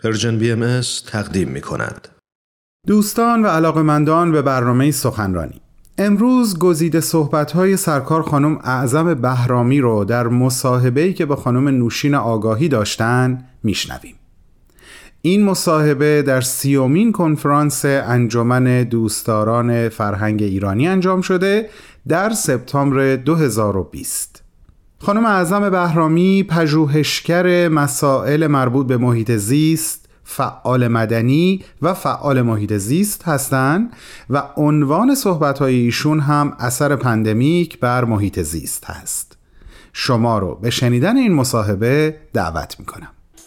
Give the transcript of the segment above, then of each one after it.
پرژن BMS تقدیم می کند. دوستان و علاقمندان به برنامه سخنرانی، امروز گزیده صحبت‌های سرکار خانم اعظم بهرامی رو در مصاحبه‌ای که با خانم نوشین آگاهی داشتن میشنویم. این مصاحبه در 30مین کنفرانس انجمن دوستداران فرهنگ ایرانی انجام شده در سپتامبر 2020. خانم اعظم بهرامی پژوهشگر مسائل مربوط به محیط زیست، فعال مدنی و فعال محیط زیست هستند و عنوان صحبت‌های ایشون هم اثر پندمیک بر محیط زیست هست. شما رو به شنیدن این مصاحبه دعوت می‌کنم.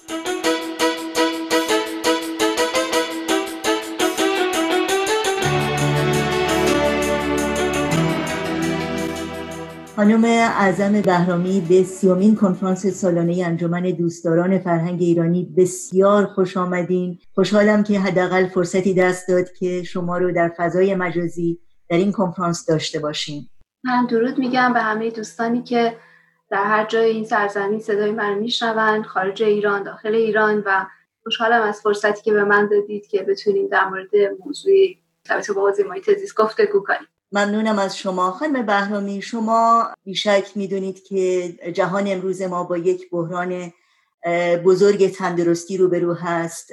خانم اعظم بهرامی، به 30مین کنفرانس سالانه انجمن دوستداران فرهنگ ایرانی بسیار خوش آمدین. خوشحالم که حداقل فرصتی دست داد که شما رو در فضای مجازی در این کنفرانس داشته باشیم. من درود میگم به همه دوستانی که در هر جای این سرزمین صدای من میشنون، خارج ایران، داخل ایران، و خوشحالم از فرصتی که به من دادید که بتونیم در مورد موضوعی مرتبط با حوزه محیط زیست گفتگو کنیم. ممنونم از شما. خانم بهرامی، شما بیشک میدونید که جهان امروز ما با یک بحران بزرگ تندرستی روبرو هست،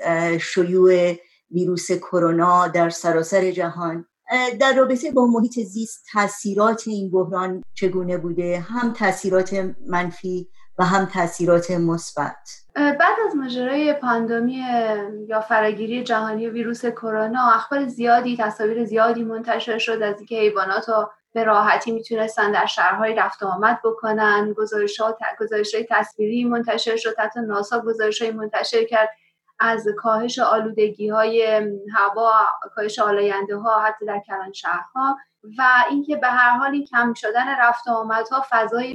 شیوع ویروس کرونا در سراسر جهان. در رابطه با محیط زیست تاثیرات این بحران چگونه بوده؟ هم تاثیرات منفی و هم تاثیرات مثبت. بعد از ماجرای پاندمی یا فراگیری جهانی ویروس کرونا، اخبار زیادی، تصاویر زیادی منتشر شد از اینکه حیوانات به راحتی میتونستن در شهرهای رفت و آمد بکنن. گزارش‌های تصویری منتشر شد، حتی ناسا گزارش‌های منتشر کرد از کاهش آلودگی‌های هوا، کاهش آلاینده‌ها حتی در کلان شهرها، و اینکه به هر حال این کم شدن رفت و آمدها فضای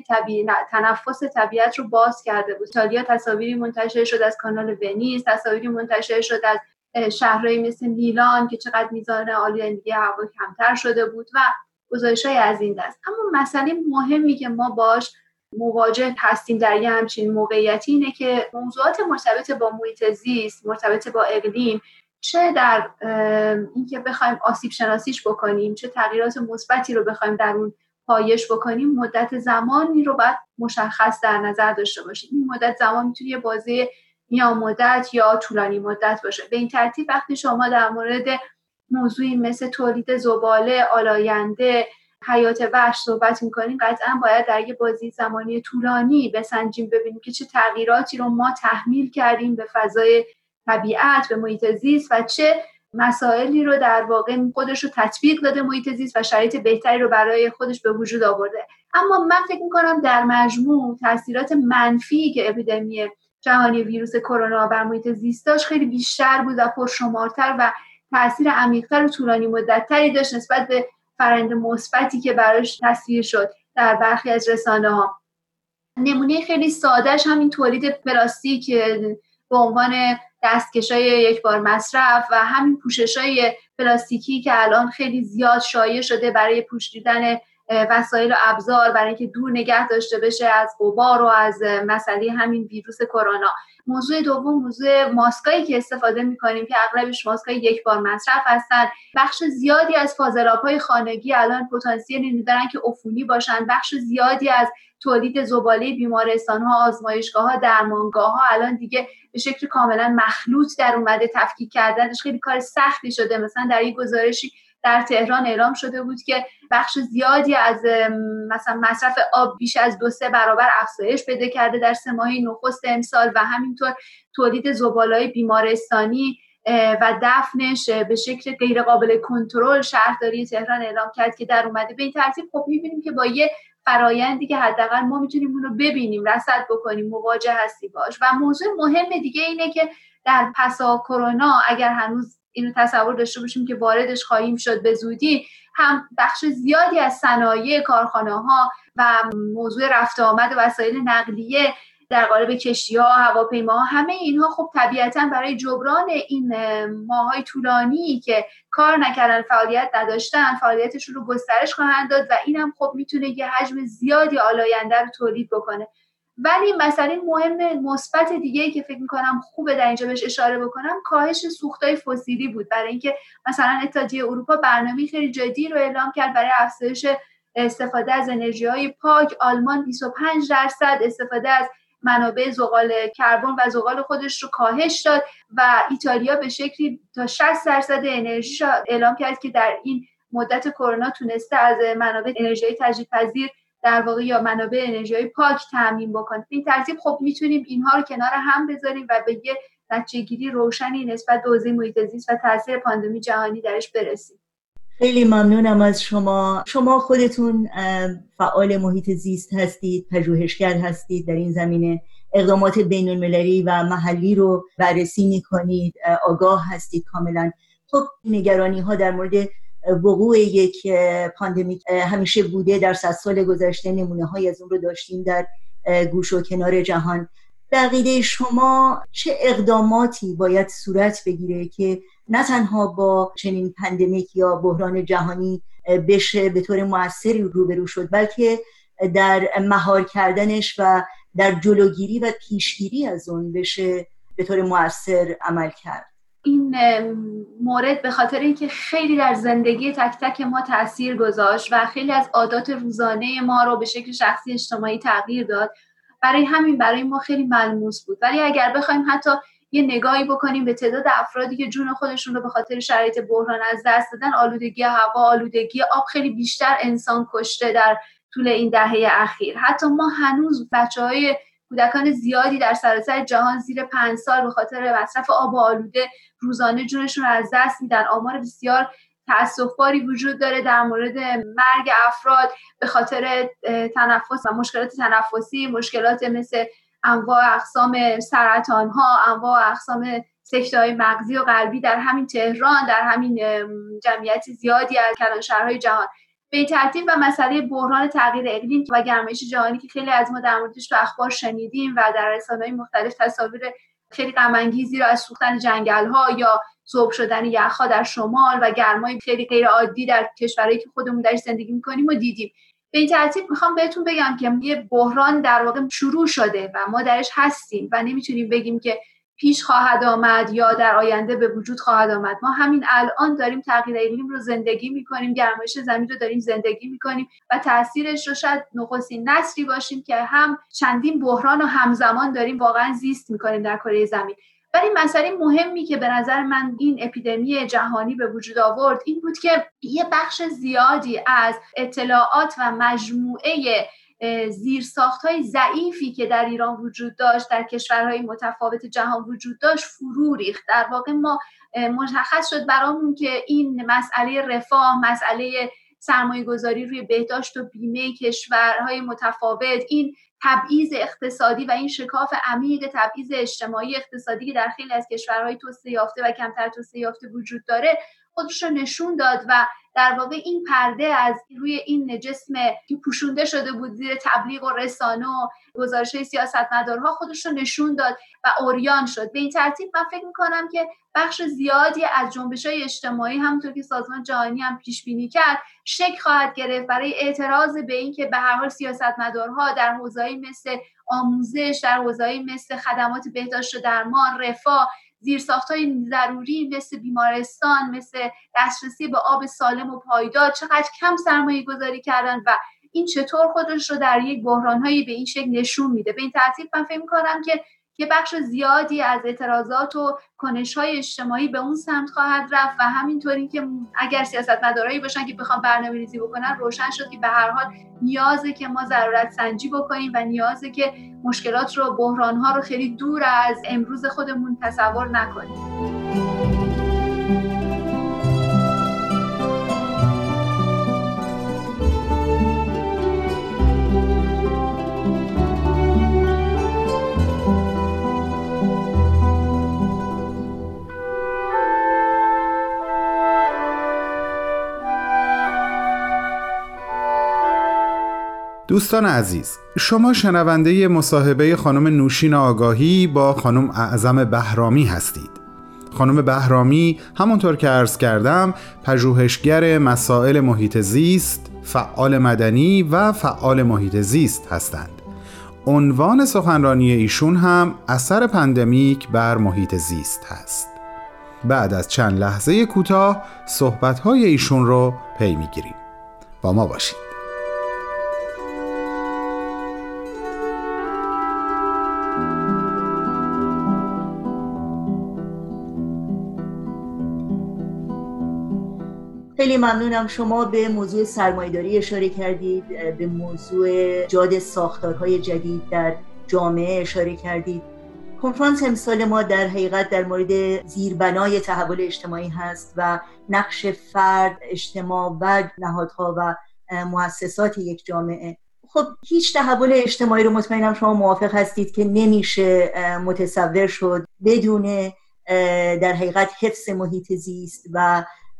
تنفس طبیعت رو باز کرده بود. ایتالیا تصاویری منتشر شد از کانال ونیز، تصاویری منتشر شد از شهرهایی مثل میلان که چقدر میزان آلودگی هوا کمتر شده بود و گزارش‌های از این دست. اما مسئله مهمی که ما باش مواجه هستیم در یه همچین موقعیتی اینه که موضوعات مرتبط با محیط زیست، مرتبط با اقلیم، چه در اینکه بخوایم آسیب شناسیش بکنیم، چه تغییرات مثبتی رو بخوایم در اون پایش بکنیم، مدت زمانی رو باید مشخص در نظر داشته باشیم. این مدت زمان میتونه یه بازه میان مدت یا طولانی مدت باشه. به این ترتیب وقتی شما در مورد موضوعی مثل تولید زباله، آلاینده، حیات وحش صحبت می‌کنیم، قطعاً باید در یه بازی زمانی طولانی بسنجیم، ببینیم که چه تغییراتی رو ما تحمیل کردیم به فضای طبیعت، به محیط زیست، و چه مسائلی رو در واقع خودش رو تطبیق داده محیط زیست و شرایط بهتری رو برای خودش به وجود آورده. اما من فکر می‌کنم در مجموع تاثیرات منفی که اپیدمی جهانی ویروس کرونا بر محیط زیست داشت خیلی بیشتر بود و پرشمارتر و تاثیر عمیق‌تر و طولانی مدت‌تری داشت نسبت به فرآیند مثبتی که براش تصویر شد در برخی از رسانه‌ها. نمونه خیلی سادهش همین تولید پلاستیک به عنوان دستکش‌های یک بار مصرف و همین پوشش‌های پلاستیکی که الان خیلی زیاد شایع شده برای پوشیدن وسایل و ابزار، برای اینکه دور نگه داشته بشه از غبار و از مسئله همین ویروس کرونا. موضوع دوم، موضوع ماسکایی که استفاده می‌کنیم که اغلبش ماسکای یک بار مصرف هستن. بخش زیادی از فاضلاب‌های خانگی الان پتانسیل اینو دارن که عفونی باشن. بخش زیادی از تولید زباله بیمارستان‌ها، آزمایشگاه‌ها، درمانگاه‌ها الان دیگه به شکل کاملا مخلوط در اومده. تفکیک کردنش خیلی کار سختی شده. مثلا در یک گزارشی در تهران اعلام شده بود که بخش زیادی از مثلا مصرف آب بیش از 2-3 برابر افزایش پیدا کرده در 3 ماه نخست امسال، و همینطور تولید زباله‌های بیمارستانی و دفنش به شکل غیر قابل کنترل شهرداری تهران اعلام کرد که در اومده. به این ترتیب خب می‌بینیم که با یه فرایندی که حداقل ما میتونیم اون رو ببینیم، رصد بکنیم، مواجه هستیم باش. و موضوع مهم دیگه اینه که در پسا کرونا اگر هنوز اینو تصور داشته باشیم که واردش خواهیم شد به زودی، هم بخش زیادی از صنایع، کارخانه‌ها و موضوع رفت و آمد وسایل نقلیه در قالب کشتی‌ها، هواپیماها، همه اینها خب طبیعتاً برای جبران این ماه‌های طولانی که کار نکردن، فعالیت نداشتن، فعالیتشون رو گسترش خواهند داد و اینم خب میتونه یه حجم زیادی آلاینده رو تولید بکنه. ولی مسئله مهم مثبت دیگه‌ای که فکر می‌کنم خوبه در اینجا بهش اشاره بکنم کاهش سوخت‌های فسیلی بود. برای اینکه مثلا اتحادیه اروپا برنامه‌ای خیلی جدی رو اعلام کرد برای افزایش استفاده از انرژی‌های پاک. آلمان 25% استفاده از منابع زغال کربن و زغال خودش رو کاهش داد و ایتالیا به شکلی تا 60% انرژی رو اعلام کرد که در این مدت کرونا تونسته از منابع انرژی تجدیدپذیر در واقع یا منابع انرژی پاک تامین بکنه. این ترتیب خب میتونیم اینها رو کنار هم بذاریم و به یه نتیجه‌گیری روشنی نسبت به حوزه محیط زیست و تاثیر پاندمی جهانی درش برسیم. خیلی ممنونم از شما. شما خودتون فعال محیط زیست هستید، پژوهشگر هستید، در این زمینه اقدامات بین المللی و محلی رو بررسی میکنید، آگاه هستید کاملا. خب نگرانی ها در مورد وقوع یک پاندمیک همیشه بوده، در 100 سال گذشته نمونه های از اون رو داشتیم در گوش و کنار جهان. به عقیده شما چه اقداماتی باید صورت بگیره که نه تنها با چنین پاندمیک یا بحران جهانی بشه به طور مؤثری روبرو شد، بلکه در مهار کردنش و در جلوگیری و پیشگیری از اون بشه به طور مؤثر عمل کرد؟ این مورد به خاطر اینکه خیلی در زندگی تک تک ما تأثیر گذاشت و خیلی از عادات روزانه ما رو به شکل شخصی اجتماعی تغییر داد، برای ما خیلی ملموس بود. ولی اگر بخوایم حتی یه نگاهی بکنیم به تعداد افرادی که جون خودشون رو به خاطر شرایط بحران از دست دادن، آلودگی هوا، آلودگی آب، خیلی بیشتر انسان کشته در طول این دهه اخیر. حتی ما هنوز کودکان زیادی در سراسر جهان زیر 5 سال به خاطر مصرف آب آلوده روزانه جونشون رو از دست میدن. آمار بسیار تأسف‌باری وجود داره در مورد مرگ افراد به خاطر تنفس و مشکلات تنفسی، مشکلات مثل انواع اقسام سرطان‌ها، انواع اقسام سکته‌های مغزی و قلبی در همین تهران، در همین جمعیت زیادی از کلانشهرهای جهان. به این ترتیب و مسئله بحران تغییر اقلیم و گرمایش جهانی که خیلی از ما در موردش تو اخبار شنیدیم و در رسانه‌های مختلف تصاویر خیلی غم‌انگیزی رو از سوختن جنگل‌ها یا ذوب شدن یخ‌ها در شمال و گرمای خیلی غیر عادی در کشورهایی که خودمون درش زندگی می‌کنیم و دیدیم. به این ترتیب میخوام بهتون بگم که یه بحران در واقع شروع شده و ما درش هستیم و نمیتونیم بگیم که پیش خواهد آمد یا در آینده به وجود خواهد آمد. ما همین الان داریم تغییر اقلیم رو زندگی میکنیم، گرمایش زمین رو داریم زندگی میکنیم و تاثیرش رو شاید نخستین نسلی باشیم که هم چندین بحران رو همزمان داریم واقعا زیست میکنیم در کره زمین. ولی مسئله مهمی که به نظر من این اپیدمی جهانی به وجود آورد این بود که یه بخش زیادی از اطلاعات و مجموعه زیرساخت‌های ضعیفی که در ایران وجود داشت، در کشورهای متفاوت جهان وجود داشت، فرو ریخت. در واقع ما مشخص شد برامون که این مسئله رفاه، مسئله سرمایه‌گذاری روی بهداشت و بیمه کشورهای متفاوت، این تبعیض اقتصادی و این شکاف عمیق تبعیض اجتماعی اقتصادی که در خیلی از کشورهای توسعه یافته و کمتر توسعه یافته وجود داره خودش رو نشون داد و در واقع این پرده از روی این جسم که پوشونده شده بود زیر تبلیغ و رسانه و گزارش‌های سیاستمدارها خودش رو نشون داد و عریان شد. به این ترتیب من فکر می‌کنم که بخش زیادی از جنبش‌های اجتماعی همونطور که سازمان جهانی هم پیش بینی کرد شکل خواهد گرفت برای اعتراض به این که به هر حال سیاستمدارها در حوزه‌ای مثل آموزش، در حوزه‌ای مثل خدمات بهداشت و درمان، رفاه، زیرساخت‌های ضروری مثل بیمارستان، مثل دسترسی به آب سالم و پایدار چقدر کم سرمایه گذاری کردن و این چطور خودش رو در یک بحران‌هایی به این شکل نشون میده. به این ترتیب من فکر می‌کنم که یه بخش زیادی از اعتراضات و کنش‌های اجتماعی به اون سمت خواهد رفت و همینطوری که اگر سیاستمدارایی باشن که بخوام برنامه‌ریزی بکنن روشن شد که به هر حال نیازه که ما ضرورت سنجی بکنیم و نیازه که مشکلات رو، بحران‌ها رو خیلی دور از امروز خودمون تصور نکنیم. دوستان عزیز، شما شنونده مصاحبه خانم نوشین آگاهی با خانم اعظم بهرامی هستید. خانم بهرامی همونطور که عرض کردم پژوهشگر مسائل محیط زیست، فعال مدنی و فعال محیط زیست هستند. عنوان سخنرانی ایشون هم اثر پاندمیک بر محیط زیست هست. بعد از چند لحظه کوتاه صحبت‌های ایشون رو پی می‌گیریم. با ما باشید. خیلی ممنونم. شما به موضوع سرمایه‌داری اشاره کردید، به موضوع ایجاد ساختارهای جدید در جامعه اشاره کردید. کنفرانس امسال ما در حقیقت در مورد زیربنای تحول اجتماعی هست و نقش فرد، اجتماع و نهادها و مؤسسات یک جامعه. خب هیچ تحول اجتماعی رو مطمئنم شما موافق هستید که نمیشه متصور شد بدون در حقیقت حفظ محیط زیست و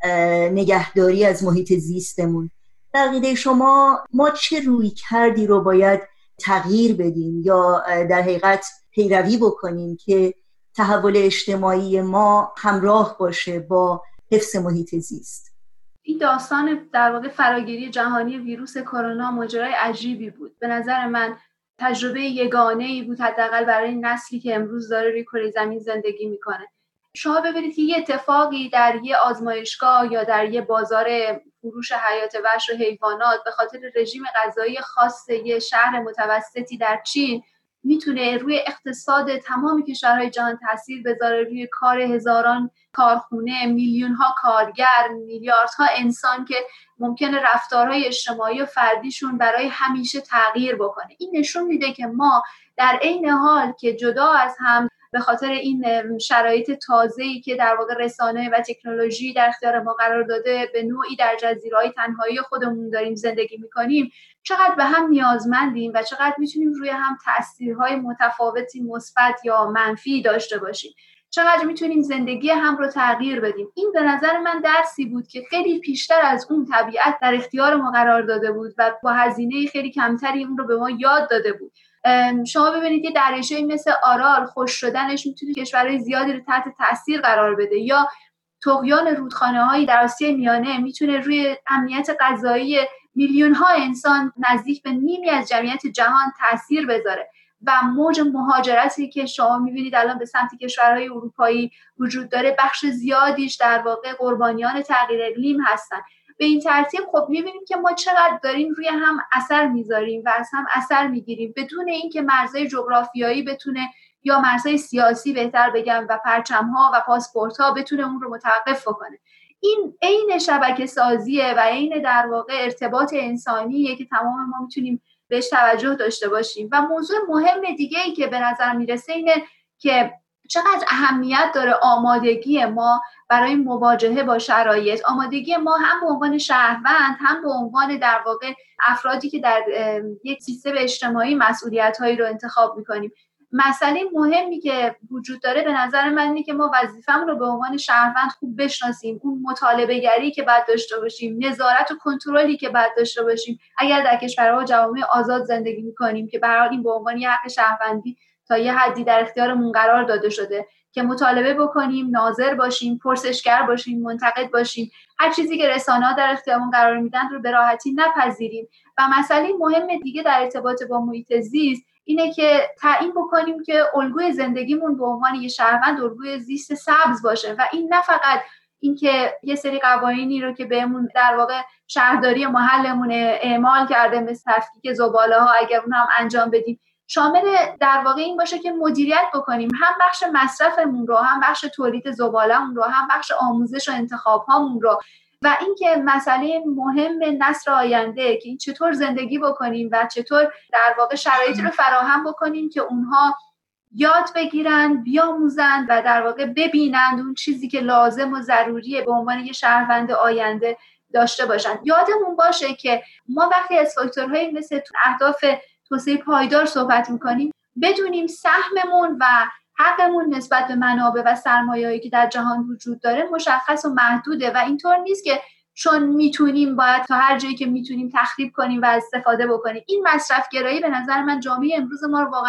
نگهداری از محیط زیستمون. در عقیده شما ما چه رویکردی رو باید تغییر بدیم یا در حقیقت پیروی بکنیم که تحول اجتماعی ما همراه باشه با حفظ محیط زیست؟ این داستان در واقع فراگیری جهانی ویروس کرونا ماجرای عجیبی بود. به نظر من تجربه یگانه‌ای بود حداقل برای نسلی که امروز داره روی کره زمین زندگی میکنه. شما ببینید که یه اتفاقی در یه آزمایشگاه یا در یه بازار فروش حیات وحش و حیوانات به خاطر رژیم غذایی خاص یه شهر متوسطی در چین میتونه روی اقتصاد تمام کشورهای جهان تاثیر بذاره، روی کار هزاران کارخونه، میلیون‌ها کارگر، میلیاردها انسان که ممکنه رفتارهای اجتماعی و فردیشون برای همیشه تغییر بکنه. این نشون میده که ما در عین حال که جدا از هم به خاطر این شرایط تازه‌ای که در واقع رسانه و تکنولوژی در اختیار ما قرار داده به نوعی در جزیره‌های تنهایی خودمون داریم زندگی می‌کنیم، چقدر به هم نیازمندیم و چقدر می‌تونیم روی هم تأثیرهای متفاوتی مثبت یا منفی داشته باشیم، چقدر می‌تونیم زندگی هم رو تغییر بدیم. این به نظر من درسی بود که خیلی پیشتر از اون طبیعت در اختیار ما قرار داده بود و با هزینه خیلی کمتری اون رو به ما یاد داده بود. شما ببینید که دریاچه‌ای مثل آرال خشک شدنش میتونه کشورهای زیادی رو تحت تاثیر قرار بده، یا طغیان رودخانه‌هایی در آسیای میانه میتونه روی امنیت غذایی میلیون‌ها انسان نزدیک به نیمی از جمعیت جهان تاثیر بذاره و موج مهاجرتی که شما میبینید الان به سمت کشورهای اروپایی وجود داره، بخش زیادیش در واقع قربانیان تغییر اقلیم هستن. به این ترتیب خب می‌بینیم که ما چقدر داریم روی هم اثر میذاریم و از هم اثر میگیریم بدون اینکه مرزهای جغرافیایی بتونه، یا مرزهای سیاسی بهتر بگم، و پرچم‌ها و پاسپورت‌ها بتونه اون رو متوقف بکنه. این عین شبکه سازیه و عین در واقع ارتباط انسانیه که تمام ما میتونیم بهش توجه داشته باشیم. و موضوع مهم دیگه‌ای که به نظر میرسه اینه که چقدر اهمیت داره آمادگی ما برای مواجهه با شرایط، آمادگی ما هم به عنوان شهروند هم به عنوان در واقع افرادی که در یک سیستم اجتماعی مسئولیت‌هایی رو انتخاب می‌کنیم. مسئله مهمی که وجود داره به نظر من اینه که ما وظیفه‌مون رو به عنوان شهروند خوب بشناسیم، اون مطالبه گری که باید داشته باشیم، نظارت و کنترلی که باید داشته باشیم اگر در کشورها و جوامع آزاد زندگی می‌کنیم که به هر حال این به عنوان یک حق شهروندی تا یه حدی در اختیارمون قرار داده شده که مطالبه بکنیم، ناظر باشیم، پرسشگر باشیم، منتقد باشیم، هر چیزی که رسانه‌ها در اختیارمون قرار میدن رو به راحتی نپذیریم. و مسئله مهم دیگه در ارتباط با محیط زیست اینه که تعیین بکنیم که الگوی زندگیمون به عنوان یه شهروند الگوی زیست سبز باشه و این نه فقط اینکه یه سری قوانینی رو که بهمون در واقع شهرداری محلمون اعمال کرده مثل تفکیک زباله‌ها اگر اون هم انجام بدیم، شامل در واقع این باشه که مدیریت بکنیم هم بخش مصرفمون رو، هم بخش تولید زباله‌مون رو، هم بخش آموزش و انتخاب‌هامون رو. و اینکه مسئله مهم نسل آینده که این چطور زندگی بکنیم و چطور در واقع شرایطی رو فراهم بکنیم که اونها یاد بگیرن، بیاموزن و در واقع ببینند اون چیزی که لازم و ضروریه به عنوان یه شهروند آینده داشته باشن. یادمون باشه که ما وقتی از فاکتورهای مثل اهداف توسعه پایدار صحبت میکنیم بدونیم سهممون و حقمون نسبت به منابع و سرمایه‌ای که در جهان وجود داره مشخص و محدوده و اینطور نیست که چون میتونیم باید تا هر جایی که میتونیم تخریب کنیم و استفاده بکنیم. این مصرف گرایی به نظر من جامعه امروز ما رو واقعا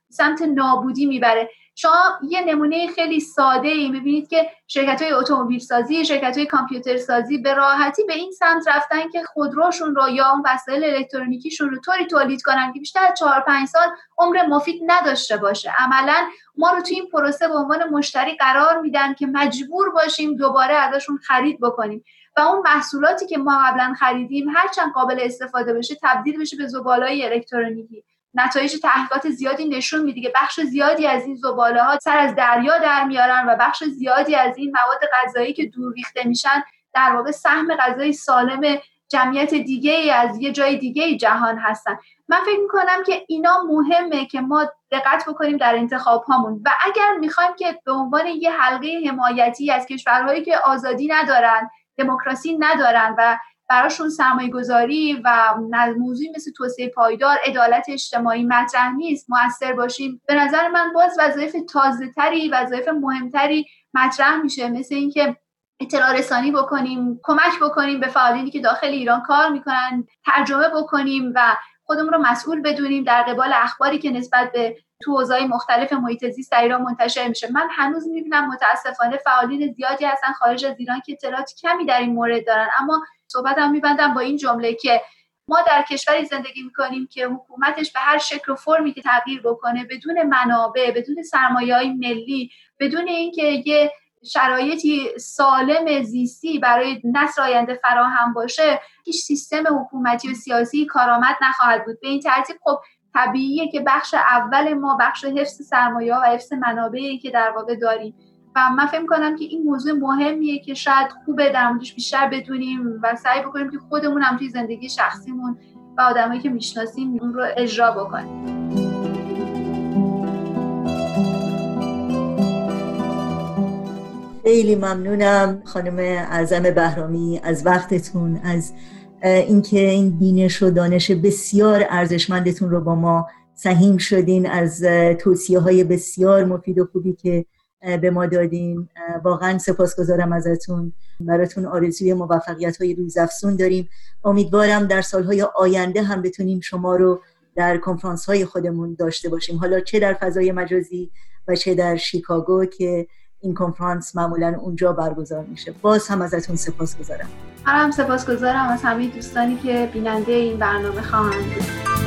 سمت نابودی میبره. شما یه نمونه خیلی ساده ای میبینید که شرکت‌های اتومبیل سازی، شرکت‌های کامپیوتر سازی به راحتی به این سمت رفتن که خودروشون رو یا اون وسایل الکترونیکیشون رو طوری تولید کنن که بیشتر از 4-5 سال عمر مفید نداشته باشه. عملاً ما رو توی این پروسه به عنوان مشتری قرار میدن که مجبور باشیم دوباره ازشون خرید بکنیم و اون محصولاتی که ما قبلا خریدیم هرچند قابل استفاده بشه تبدیل بشه به زباله‌های الکترونیکی. نتایج تحقیقات زیادی نشون میده که بخش زیادی از این زباله‌ها سر از دریا در میارن و بخش زیادی از این مواد غذایی که دور ریخته میشن در واقع سهم غذایی سالم جمعیت دیگه‌ای از یه جای دیگه جهان هستن. من فکر میکنم که اینا مهمه که ما دقت بکنیم در انتخاب هامون و اگر میخوایم که به عنوان یه حلقه حمایتی از کشورهایی که آزادی ندارن، دموکراسی ندارن و براشون سرمایه گذاری و موضوعی مثل توسعه پایدار، عدالت اجتماعی مطرح نیست، مؤثر باشیم، به نظر من باز وظایف تازه‌تری، وظایف مهمتری مطرح میشه، مثل اینکه اطلاع رسانی بکنیم، کمک بکنیم به فعالینی که داخل ایران کار میکنن، ترجمه بکنیم و خودمون رو مسئول بدونیم در قبال اخباری که نسبت به تو حوزه‌های مختلف محیط زیست در ایران منتشر میشه. من هنوز میبینم متاسفانه فعالین زیادی هستن خارج از ایران که اطلاعات کمی در این مورد دارن، اما صحبتم میبندم با این جمله که ما در کشوری زندگی میکنیم که حکومتش به هر شکل و فرمی که تغییر بکنه بدون منابع، بدون سرمایه‌های ملی، بدون اینکه یه شرایطی سالم زیستی برای نسل آینده فراهم باشه، هیچ سیستم حکومتی و سیاسی کارآمد نخواهد بود. به این ترتیب خب طبیعیه که بخش اول ما بخش حفظ سرمایه‌ها و حفظ منابعی که در واقع داریم و من فکر می‌کنم که این موضوع مهمیه که شاید خوبه در موردش بیشتر بدونیم و سعی بکنیم که خودمون هم توی زندگی شخصیمون و آدمایی که میشناسیم اون رو اجرا بکنیم. خیلی ممنونم خانم اعظم بهرامی از وقتتون، از اینکه این بینش و دانش بسیار ارزشمندتون رو با ما سهیم شدین، از توصیه‌های بسیار مفید و خوبی که به ما دادین. واقعا سپاسگزارم ازتون. براتون آرزوی موفقیت‌های روزافزون داریم. امیدوارم در سال‌های آینده هم بتونیم شما رو در کنفرانس‌های خودمون داشته باشیم، حالا چه در فضای مجازی و چه در شیکاگو که این کنفرانس معمولاً اونجا برگزار میشه. باز هم ازتون سپاسگزارم. منم سپاسگزارم از همه دوستانی که بیننده این برنامه خواهند بود.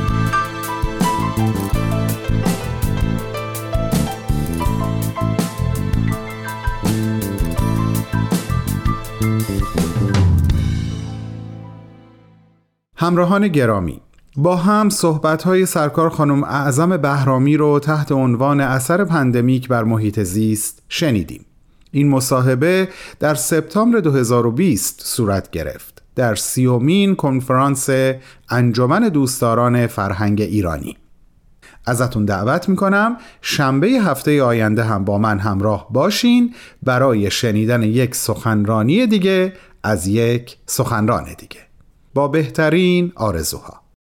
همراهان گرامی، با هم صحبت‌های سرکار خانم اعظم بهرامی رو تحت عنوان اثر پندمیک بر محیط زیست شنیدیم. این مصاحبه در سپتامبر 2020 صورت گرفت در 30مین کنفرانس انجمن دوستداران فرهنگ ایرانی. ازتون دعوت میکنم شنبه هفته آینده هم با من همراه باشین برای شنیدن یک سخنرانی دیگه از یک سخنران دیگه. با بهترین آرزوها.